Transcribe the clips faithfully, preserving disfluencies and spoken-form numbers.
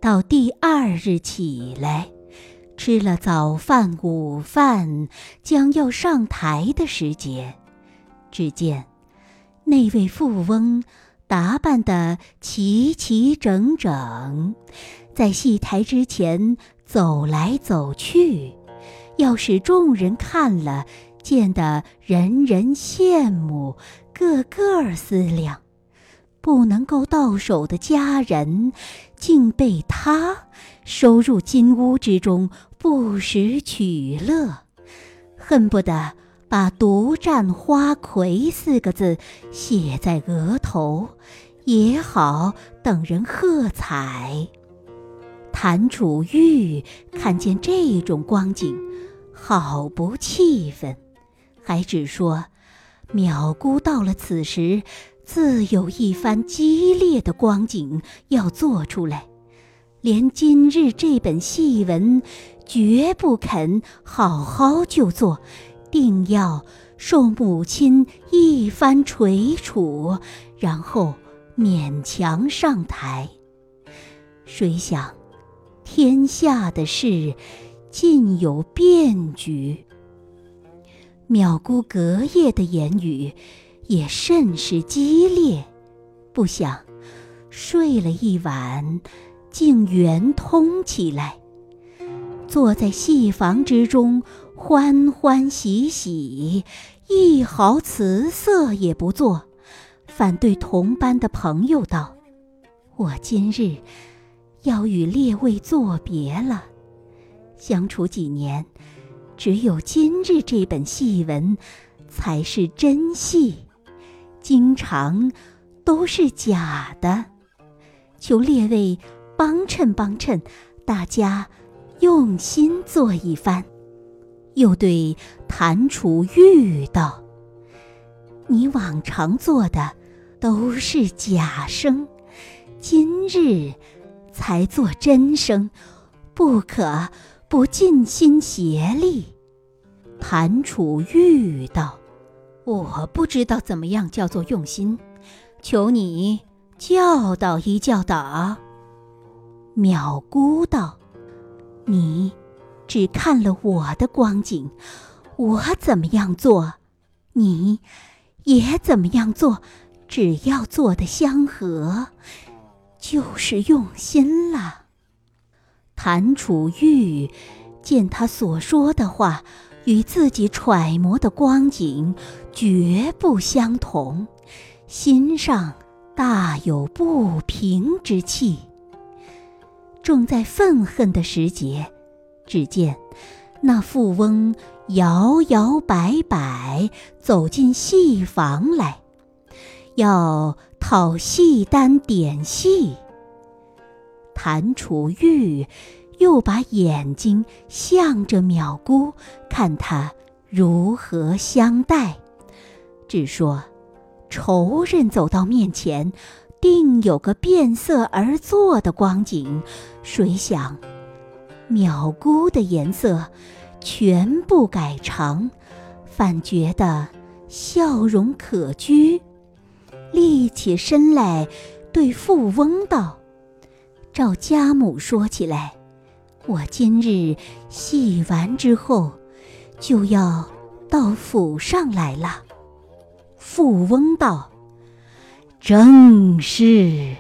到第二日起来，吃了早饭午饭，将要上台的时节，只见那位富翁打扮得齐齐整整，在戏台之前走来走去，要使众人看了见得人人羡慕，个个思量，不能够到手的家人竟被他收入金屋之中，不时取乐，恨不得把独占花魁四个字写在额头，也好等人喝彩。谭楚玉看见这种光景，好不气愤，还只说淼姑到了此时，自有一番激烈的光景要做出来，连今日这本戏文绝不肯好好就做，定要受母亲一番捶处，然后勉强上台。谁想天下的事尽有变局，淼姑隔夜的言语也甚是激烈，不想睡了一晚，竟圆通起来，坐在戏房之中欢欢喜喜，一毫辞色也不做，反对同班的朋友道：我今日要与列位作别了，相处几年，只有今日这本戏文才是真戏，经常都是假的，求列位帮衬帮衬，大家用心做一番。又对谭楚玉道：你往常做的都是假声，今日才做真声，不可不尽心协力。谭楚玉道：我不知道怎么样叫做用心，求你教导一教导。淼姑道：你只看了我的光景，我怎么样做，你也怎么样做，只要做得相合，就是用心了。谭楚玉见他所说的话与自己揣摩的光景绝不相同，心上大有不平之气。正在愤恨的时节，只见那富翁摇摇摆摆走进戏房来，要讨戏单点戏。谭楚玉又把眼睛向着淼姑，看他如何相待，只说仇人走到面前，定有个变色而坐的光景，谁想淼姑的颜色全部改常，反觉得笑容可掬，立起身来对富翁道：照家母说起来，我今日戏完之后就要到府上来了。富翁道：正是。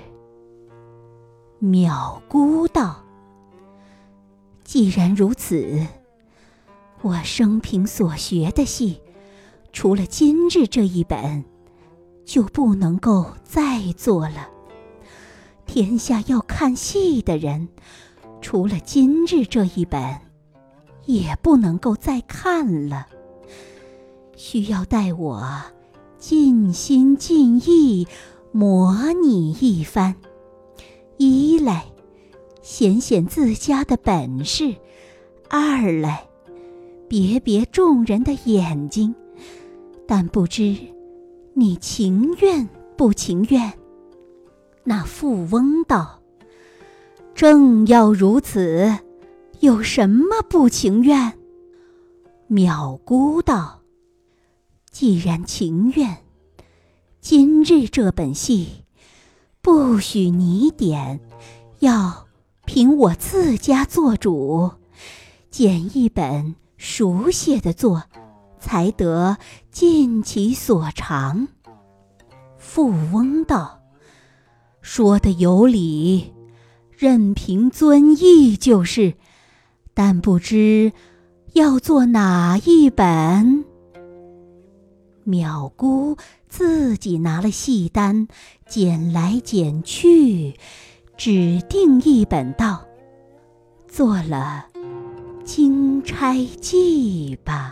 淼姑道：既然如此，我生平所学的戏，除了今日这一本，就不能够再做了。天下要看戏的人，除了今日这一本，也不能够再看了，需要待我尽心尽意模拟一番，一来显显自家的本事，二来别别众人的眼睛，但不知你情愿不情愿？那富翁道：正要如此，有什么不情愿？淼姑道：既然情愿，今日这本戏不许你点，要凭我自家做主，拣一本熟写的做，才得尽其所长。富翁道：说得有理，任凭遵意就是，但不知要做哪一本？淼姑自己拿了戏单，捡来捡去，指定一本道：做了《金钗记》吧。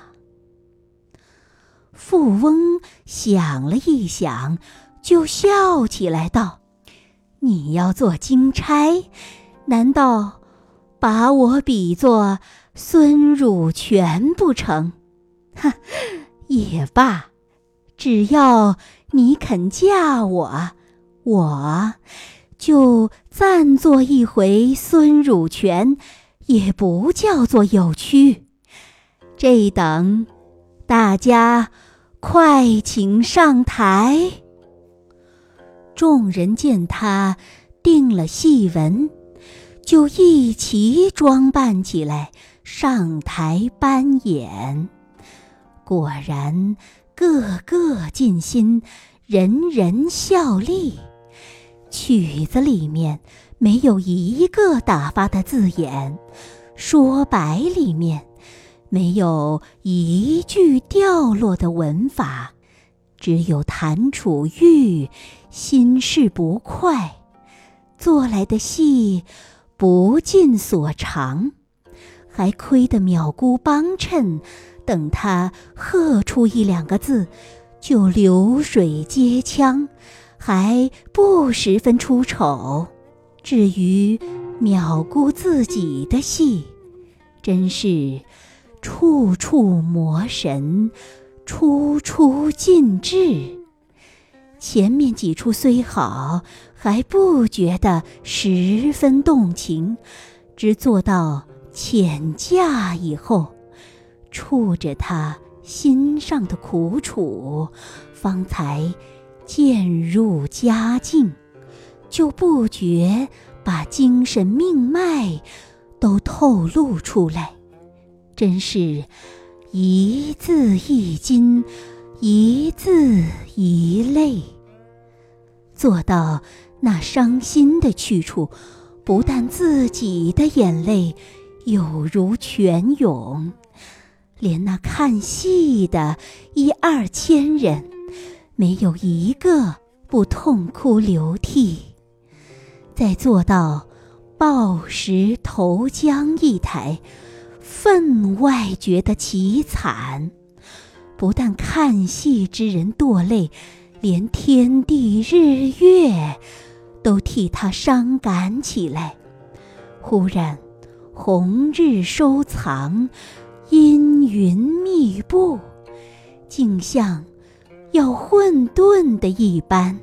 富翁想了一想，就笑起来道：你要做金钗，难道把我比作孙汝泉不成？哈，也罢，只要你肯嫁我，我就暂做一回孙汝泉，也不叫做有屈。这等大家快请上台。众人见他定了戏文，就一齐装扮起来，上台扮演。果然个个尽心，人人效力。曲子里面没有一个打发的字眼，说白里面没有一句掉落的文法，只有谭楚玉心事不快，做来的戏不尽所长，还亏得淼姑帮衬，等他喝出一两个字，就流水接枪，还不十分出丑。至于淼姑自己的戏，真是处处磨神，出出尽致。前面几出虽好，还不觉得十分动情，只做到遣嫁以后，触着他心上的苦楚，方才渐入佳境，就不觉把精神命脉都透露出来。真是一字一金，一字一泪。做到那伤心的去处，不但自己的眼泪有如泉涌，连那看戏的一二千人，没有一个不痛哭流涕。再做到抱石投江一台，分外觉得凄惨，不但看戏之人堕泪，连天地日月都替他伤感起来。忽然红日收藏，阴云密布，竟像要混沌的一般。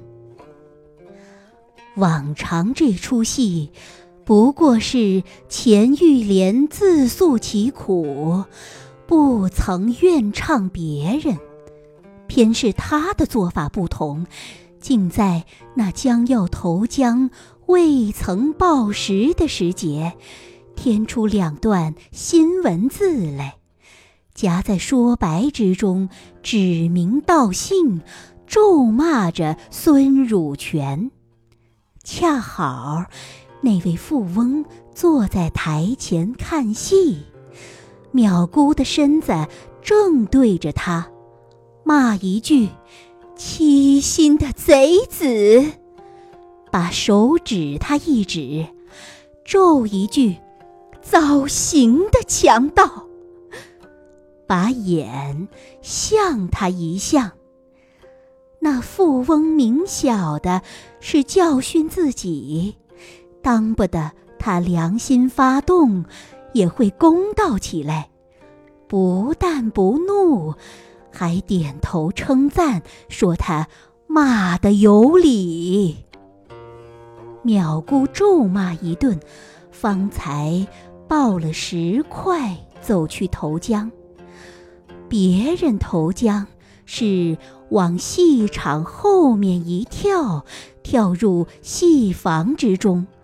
往常这出戏不过是钱玉莲自诉其苦，不曾怨唱别人，偏是他的做法不同，竟在那将要投江未曾报时的时节，添出两段新文字来，夹在说白之中，指名道姓，咒骂着孙汝泉。恰好那位富翁坐在台前看戏，淼姑的身子正对着他，骂一句欺心的贼子，把手指他一指，咒一句遭刑的强盗，把眼向他一向。那富翁明晓的是教训自己，当不得他良心发动，也会公道起来，不但不怒，还点头称赞，说他骂得有理。淼姑咒骂一顿，方才抱了十块走去投江。别人投江是往戏场后面一跳，跳入戏房之中，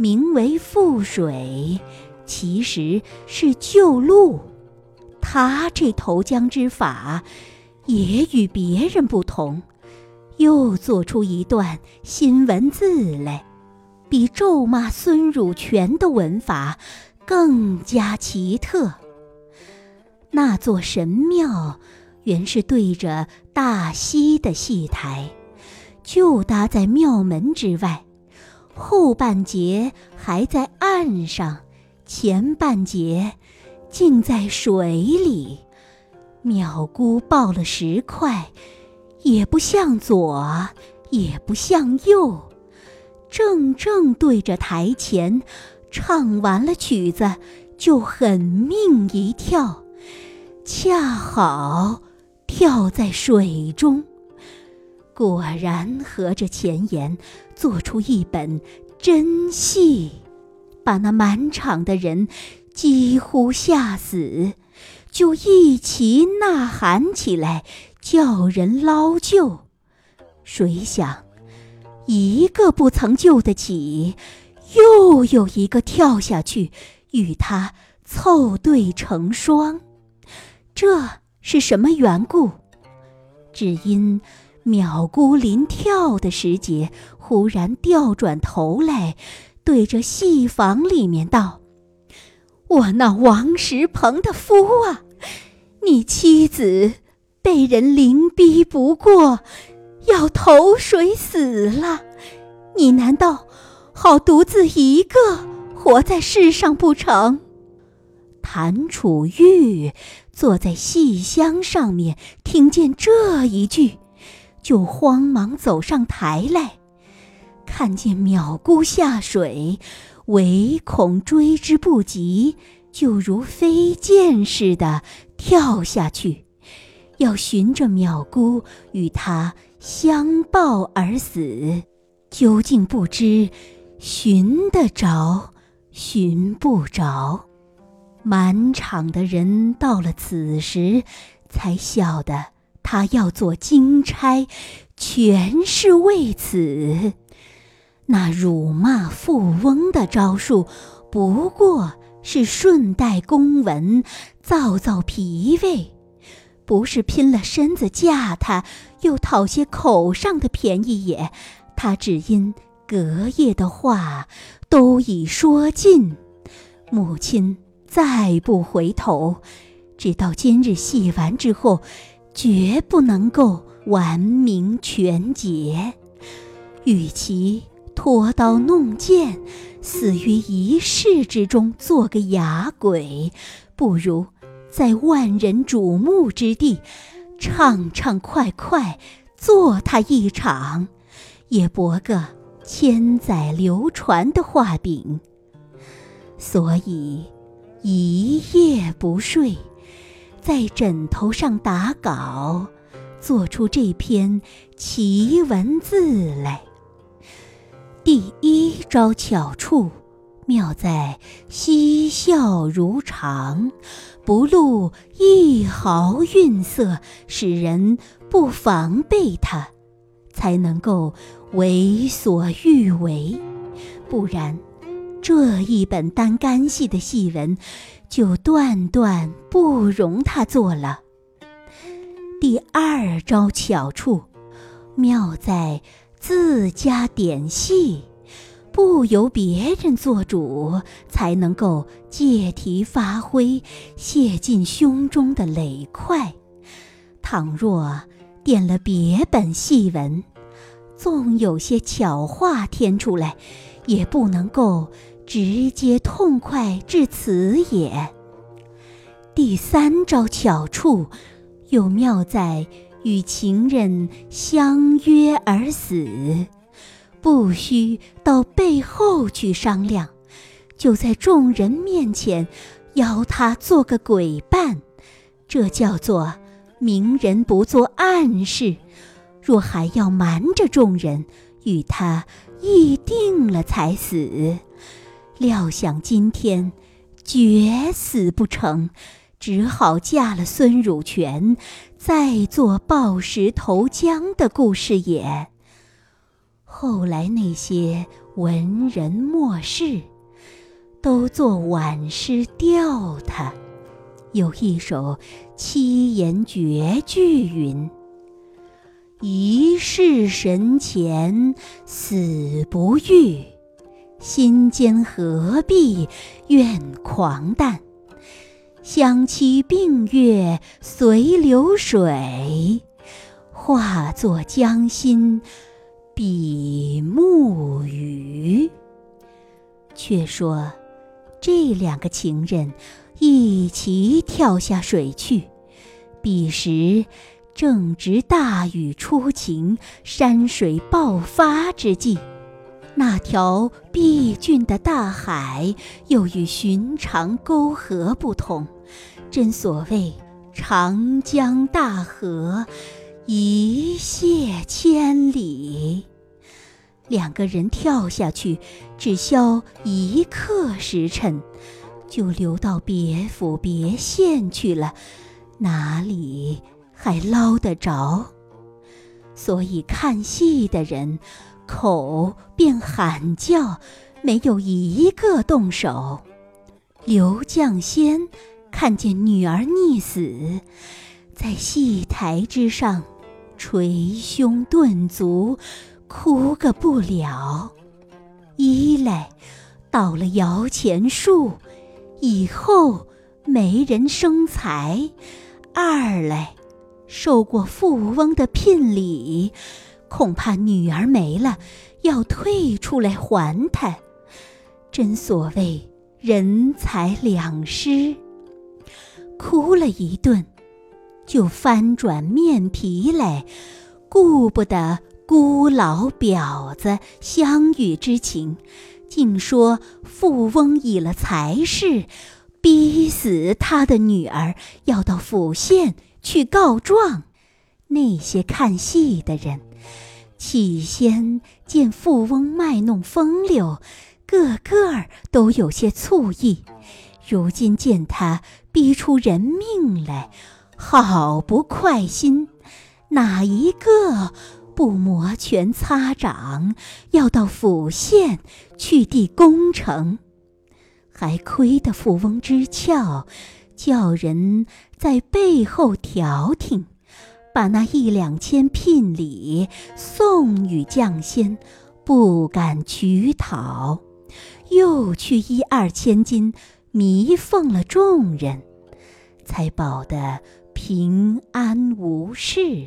名为覆水，其实是救路。他这投江之法也与别人不同，又做出一段新文字来，比咒骂孙汝泉的文法更加奇特。那座神庙原是对着大溪的戏台，就搭在庙门之外，后半截还在岸上，前半截竟在水里。淼姑抱了石块，也不向左，也不向右，正正对着台前，唱完了曲子，就狠命一跳，恰好跳在水中。果然合着前言，做出一本真戏，把那满场的人几乎吓死，就一齐呐喊起来，叫人捞救。谁想一个不曾救得起，又有一个跳下去，与他凑对成双。这是什么缘故？只因淼姑临跳的时节，忽然调转头来，对着戏房里面道：我那王石鹏的夫啊，你妻子被人凌逼不过，要投水死了，你难道好独自一个活在世上不成？谭楚玉坐在戏箱上面，听见这一句，就慌忙走上台来，看见淼姑下水，唯恐追之不及，就如飞箭似的跳下去，要寻着淼姑与他相抱而死。究竟不知寻得着，寻不着。满场的人到了此时，才晓得他要做金钗，全是为此。那辱骂富翁的招数，不过是顺带公文，造造脾胃，不是拼了身子嫁他，又讨些口上的便宜也。他只因隔夜的话都已说尽，母亲再不回头，直到今日戏完之后，绝不能够完明全结。与其拖刀弄剑，死于一世之中做个哑鬼，不如在万人瞩目之地畅畅快快做他一场，也博个千载流传的画饼。所以一夜不睡，在枕头上打稿，做出这篇奇文字来。第一招巧处，妙在嬉笑如常，不露一毫韵色，使人不防备它，才能够为所欲为。不然这一本单干戏的戏文，就断断不容他做了。第二招巧处，妙在自家点戏，不由别人做主，才能够借题发挥，泄尽胸中的累块。倘若点了别本戏文，纵有些巧话添出来，也不能够直接痛快至此也。第三招巧处，又妙在与情人相约而死，不需到背后去商量，就在众人面前邀他做个鬼伴，这叫做明人不做暗事。若还要瞒着众人，与他议定了才死，料想今天绝死不成，只好嫁了孙汝泉，再做抱石投江的故事也。后来那些文人墨士都作挽诗吊他。有一首七言绝句云：一世神前死不遇，心间何必怨狂诞，相期并月随流水，化作江心比目鱼。却说这两个情人一齐跳下水去，彼时正值大雨初晴，山水爆发之际。那条碧峻的大海又与寻常沟河不同，真所谓长江大河一泻千里。两个人跳下去只消一刻时辰，就流到别府别县去了，哪里还捞得着？所以看戏的人口便喊叫，没有一个动手。刘将先看见女儿溺死，在戏台之上捶胸顿足，哭个不了。一来到了摇钱树，以后没人生财；二来受过富翁的聘礼，恐怕女儿没了，要退出来还他。真所谓人财两失。哭了一顿，就翻转面皮来，顾不得孤老婊子相遇之情，竟说富翁以了财势，逼死他的女儿，要到府县去告状。那些看戏的人起先见富翁卖弄风流，个个儿都有些醋意，如今见他逼出人命来，好不快心，哪一个不摩拳擦掌，要到府县去递工程？还亏得富翁知窍，叫人在背后调停，把那一两千聘礼送与将先，不敢取讨，又去一二千金弥奉了众人，才保得平安无事。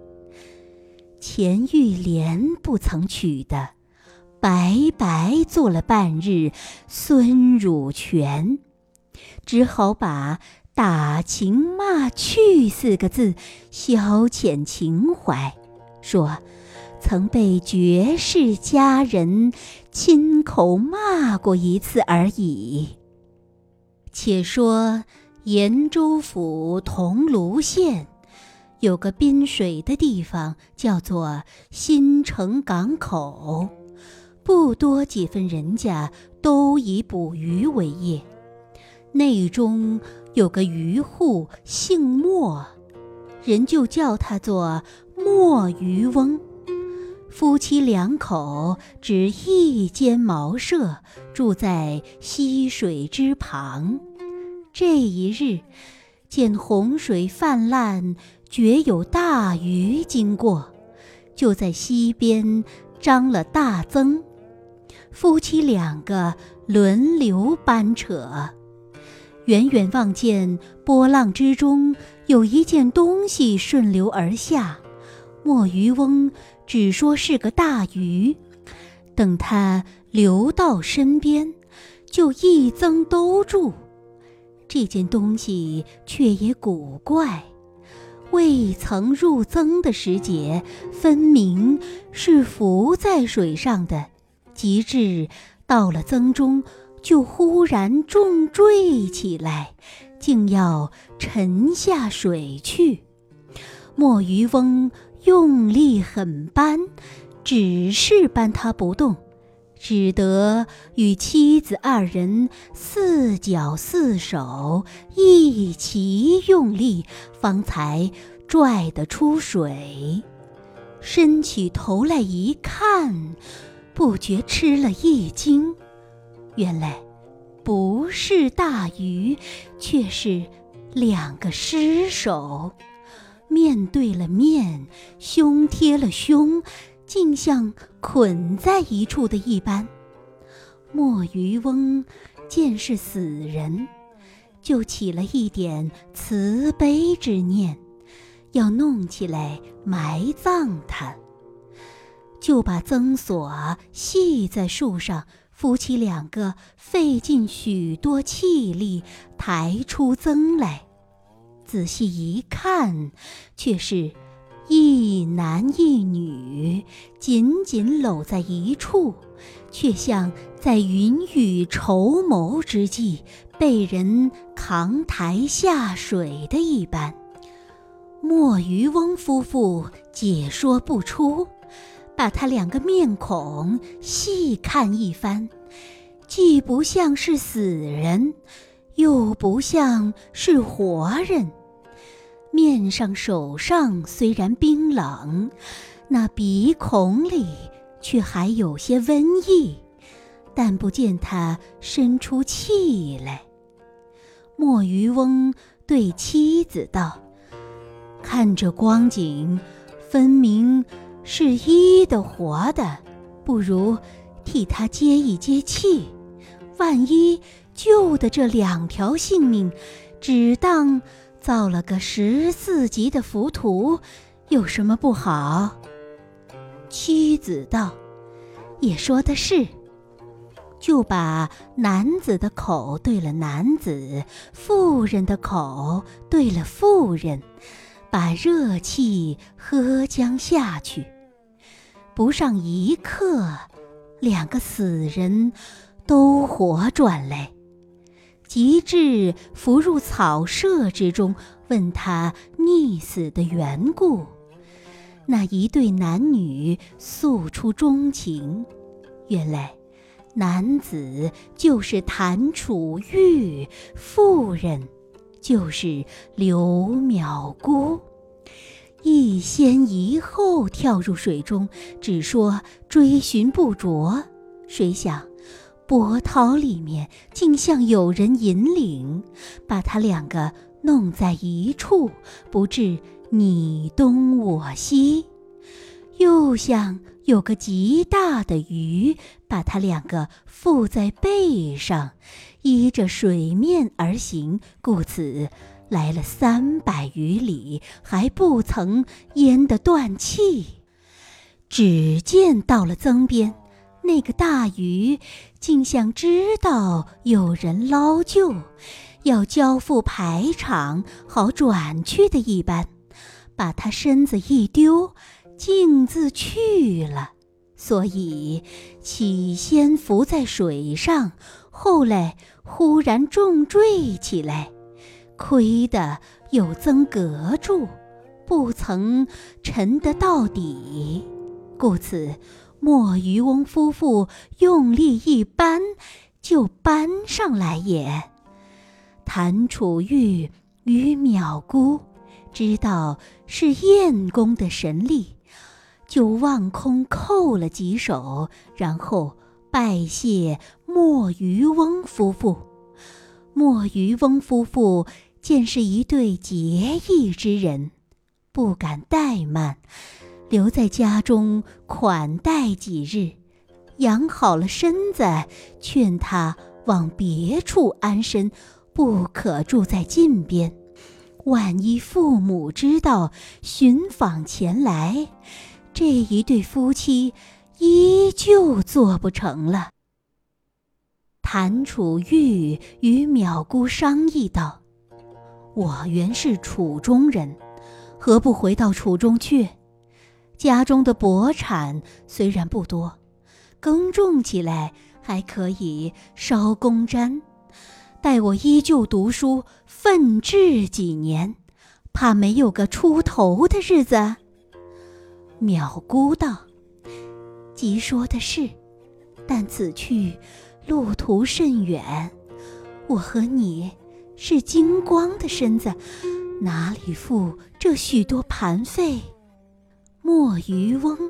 钱玉莲不曾娶的，白白做了半日孙汝泉，只好把打情骂趣四个字消遣情怀，说曾被绝世佳人亲口骂过一次而已。且说延州府桐庐县有个滨水的地方，叫做新城港口，不多几分人家都以捕鱼为业。内中有个渔户姓莫，人就叫他做莫渔翁。夫妻两口只一间茅舍，住在溪水之旁。这一日，见洪水泛滥，觉有大鱼经过，就在溪边张了大增。夫妻两个轮流搬扯，远远望见波浪之中有一件东西顺流而下，莫渔翁只说是个大鱼，等他流到身边，就一增兜住。这件东西却也古怪，未曾入增的时节，分明是浮在水上的，及至到了增中，就忽然重坠起来，竟要沉下水去。莫渔翁用力狠搬，只是搬他不动，只得与妻子二人四脚四手一齐用力，方才拽得出水。伸起头来一看， 不觉吃了一惊，原来不是大鱼，却是两个尸首，面对了面，胸贴了胸，竟像捆在一处的一般。墨渔翁见是死人，就起了一点慈悲之念，要弄起来埋葬他，就把曾锁系在树上，夫妻两个费尽许多气力抬出曾来。仔细一看，却是一男一女紧紧搂在一处，却像在云雨绸缪之际被人扛抬下水的一般。墨渔翁夫妇解说不出，把他两个面孔细看一番，既不像是死人，又不像是活人。面上手上虽然冰冷，那鼻孔里却还有些瘟疫，但不见他生出气来。墨渔翁对妻子道：看这光景，分明是医的活的，不如替他接一接气，万一救的这两条性命，只当造了个十四级的浮屠，有什么不好？妻子道：也说的是。就把男子的口对了男子，妇人的口对了妇人，把热气喝将下去。不上一刻，两个死人都活转来。及至伏入草舍之中，问他溺死的缘故。那一对男女诉出衷情，原来男子就是谭楚玉，妇人就是刘淼姑。一先一后跳入水中，只说追寻不着，谁想波涛里面竟像有人引领，把他两个弄在一处，不至你东我西。又像有个极大的鱼，把他两个负在背上，依着水面而行，故此来了三百余里，还不曾淹得断气。只见到了曾边，那个大鱼竟像知道有人捞救，要交付排场好转去的一般，把他身子一丢，径自去了。所以起先浮在水上，后来忽然重坠起来，亏得有曾隔住，不曾沉得到底，故此墨渔翁夫妇用力一搬，就搬上来也。谭楚玉与淼姑知道是晏公的神力，就望空叩了几首，然后拜谢墨渔翁夫妇。墨渔翁夫妇见是一对结义之人，不敢怠慢，留在家中款待几日，养好了身子，劝他往别处安身，不可住在近边。万一父母知道，寻访前来，这一对夫妻依旧做不成了。谭楚玉与淼姑商议道：我原是楚中人，何不回到楚中去？家中的帛产虽然不多，耕种起来还可以烧公毡，待我依旧读书奋志几年，怕没有个出头的日子。淼姑道：即说的是，但此去路途甚远，我和你是金光的身子，哪里付这许多盘费？墨渔翁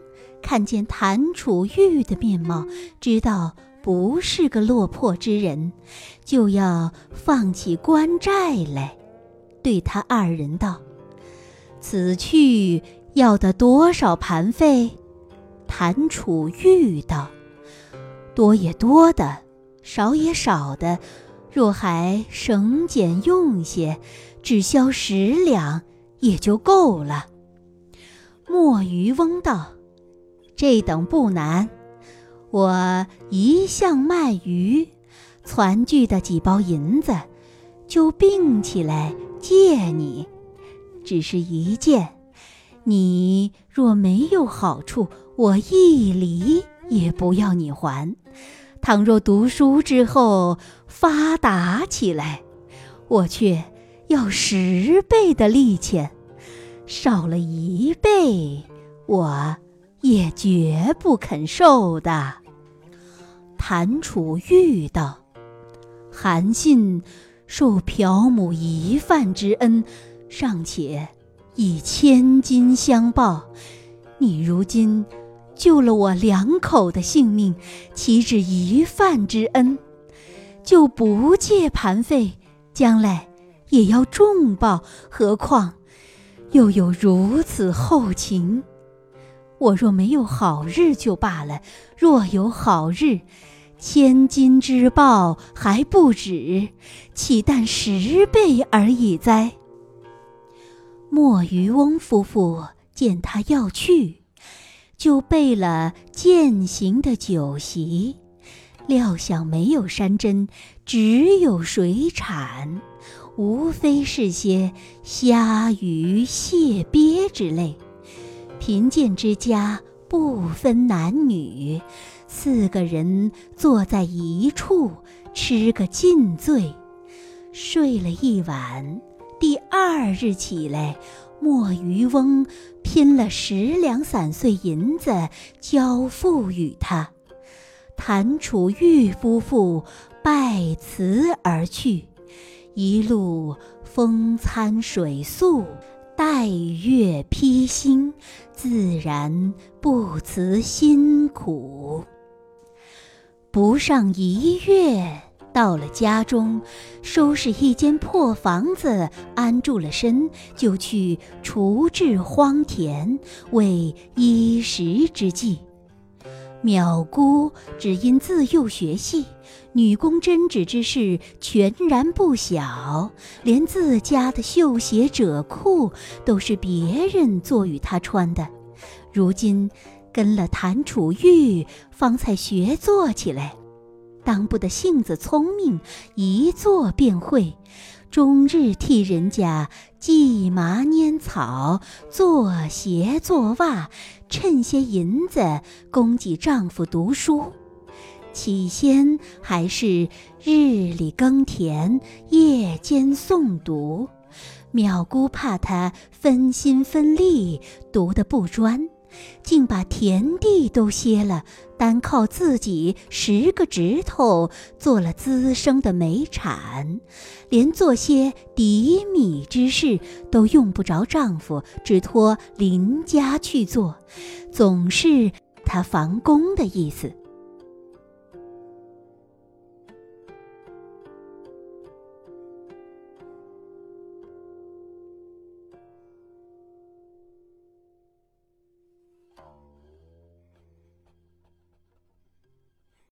看见谭楚玉的面貌，知道不是个落魄之人，就要放起官债来，对他二人道：此去要得多少盘费？谭楚玉道：多也多的，少也少的，若还省俭用些，只消十两也就够了。莫渔翁道：这等不难，我一向卖鱼，攒聚的几包银子，就并起来借你。只是一件，你若没有好处，我一厘也不要你还。倘若读书之后发达起来，我却要十倍的利钱，少了一倍，我也绝不肯受的。谭楚玉道：韩信受朴母一饭之恩，尚且以千金相报，你如今救了我两口的性命，岂止一饭之恩？就不借盘费，将来也要重报，何况又有如此厚情。我若没有好日就罢了，若有好日，千金之报还不止，岂但十倍而已哉？莫渔翁夫妇见他要去，就备了饯行的酒席，料想没有山珍，只有水产，无非是些虾鱼蟹鳖之类。贫贱之家不分男女，四个人坐在一处，吃个尽醉。睡了一晚，第二日起来，莫渔翁拼了十两散碎银子交付与他。谭楚玉夫妇拜辞而去，一路风餐水宿，待月披星，自然不辞辛苦。不上一月，到了家中，收拾一间破房子，安住了身，就去锄至荒田，为衣食之计。淼姑只因自幼学戏，女工针织之事全然不晓，连自家的绣鞋褶裤都是别人做与她穿的。如今跟了谭楚玉，方才学做起来。当不得性子聪明，一做便会，终日替人家系麻拈草，做鞋做袜，趁些银子供给丈夫读书。起先还是日里耕田，夜间诵读，淼姑怕他分心分力，读得不专，竟把田地都歇了，单靠自己十个指头做了滋生的煤铲，连做些抵米之事都用不着丈夫，只托邻家去做，总是他房工的意思。